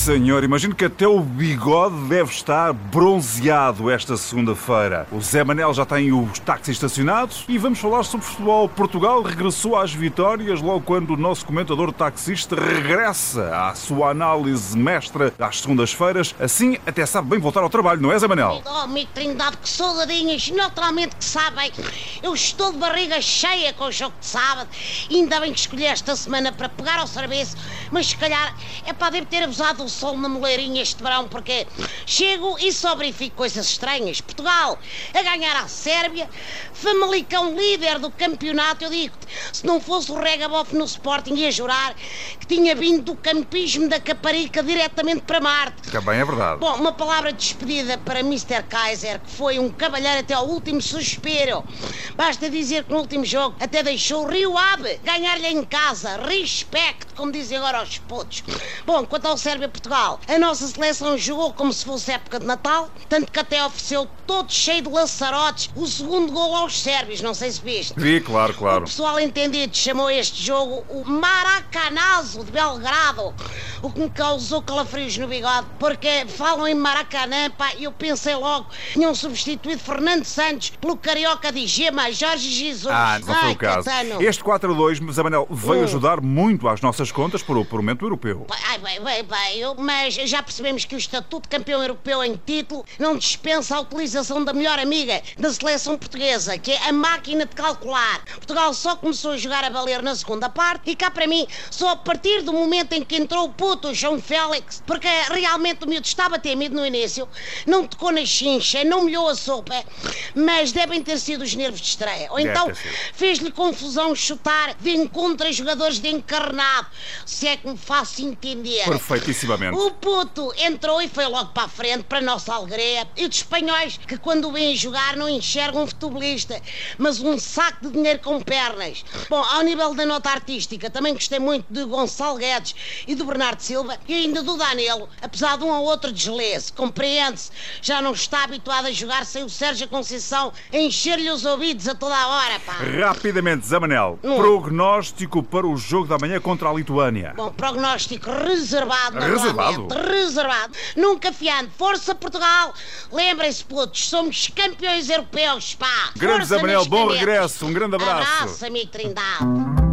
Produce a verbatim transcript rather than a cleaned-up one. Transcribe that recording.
senhor, imagino que até o bigode deve estar bronzeado esta segunda-feira. O Zé Manel já tem os táxis estacionados e vamos falar sobre futebol. Portugal regressou às vitórias logo quando o nosso comentador taxista regressa à sua análise mestra às segundas-feiras. Assim até sabe bem voltar ao trabalho, não é, Zé Manel? Oh, amigo Trindade, que saudadinhas, naturalmente que sabem. Eu estou de barriga cheia com o jogo de sábado. Ainda bem que escolhi esta semana para pegar ao serviço, mas se calhar é para devo ter abusado do sol na moleirinha este verão, porque chego e só verifico coisas estranhas. Portugal a ganhar à Sérvia, Famalicão líder do campeonato. Eu digo-te, se não fosse o Regabof no Sporting, ia jurar que tinha vindo do campismo da Caparica diretamente para Marte. Também é verdade. Bom, uma palavra de despedida para mister Kaiser, que foi um cavalheiro até ao último suspiro. Basta dizer que no último jogo até deixou o Rio Ave ganhar-lhe em casa. Respect, como dizem agora aos putos. Bom, quanto ao Sérvia-Portugal, a nossa seleção jogou como se fosse época de Natal, tanto que até ofereceu todo cheio de laçarotes o segundo gol aos sérvios, não sei se viste. Vi, claro, claro. O pessoal entendido chamou este jogo o Maracanazo de Belgrado, o que me causou calafrios no bigode, porque falam em Maracanã, pá, e eu pensei logo que tinham substituído Fernando Santos pelo carioca de Gema, Jorge Jesus. Ah, não foi Ai, o caso. Catano. Este quatro a dois, Zé Manel, veio Hum. ajudar muito às nossas contas para o momento europeu. Ai, bem, bem, bem, eu- mas já percebemos que o estatuto de campeão europeu em título não dispensa a utilização da melhor amiga da seleção portuguesa, que é a máquina de calcular. Portugal só começou a jogar a valer na segunda parte e cá para mim só a partir do momento em que entrou o puto, o João Félix, porque realmente o miúdo estava tímido no início, não tocou na chincha, não molhou a sopa, mas devem ter sido os nervos de estreia. Ou Deve então ter sido. fez-lhe confusão chutar de encontro a jogadores de encarnado, se é que me faço entender. Perfeitissimamente. O puto entrou e foi logo para a frente, para a nossa alegria. E os espanhóis, que quando o vêm jogar não enxergam um futebolista, mas um saco de dinheiro com pernas. Bom, ao nível da nota artística, também gostei muito de Gonçalo Guedes e do Bernardo Silva, e ainda do Danilo, apesar de um ou outro deslize. Compreende-se, já não está habituado a jogar sem o Sérgio Conceição a encher-lhe os ouvidos a toda a hora, pá. Rapidamente, Zé Manel, Hum. prognóstico para o jogo da manhã contra a Lituânia. Bom, prognóstico reservado, Reservado? naturalmente. Reservado. Nunca fiando. Força Portugal. Lembrem-se, putos, somos campeões europeus, pá. Grande Força Zé Manel, nas bom canetas. regresso, um grande abraço. Abraço, amigo Trindade.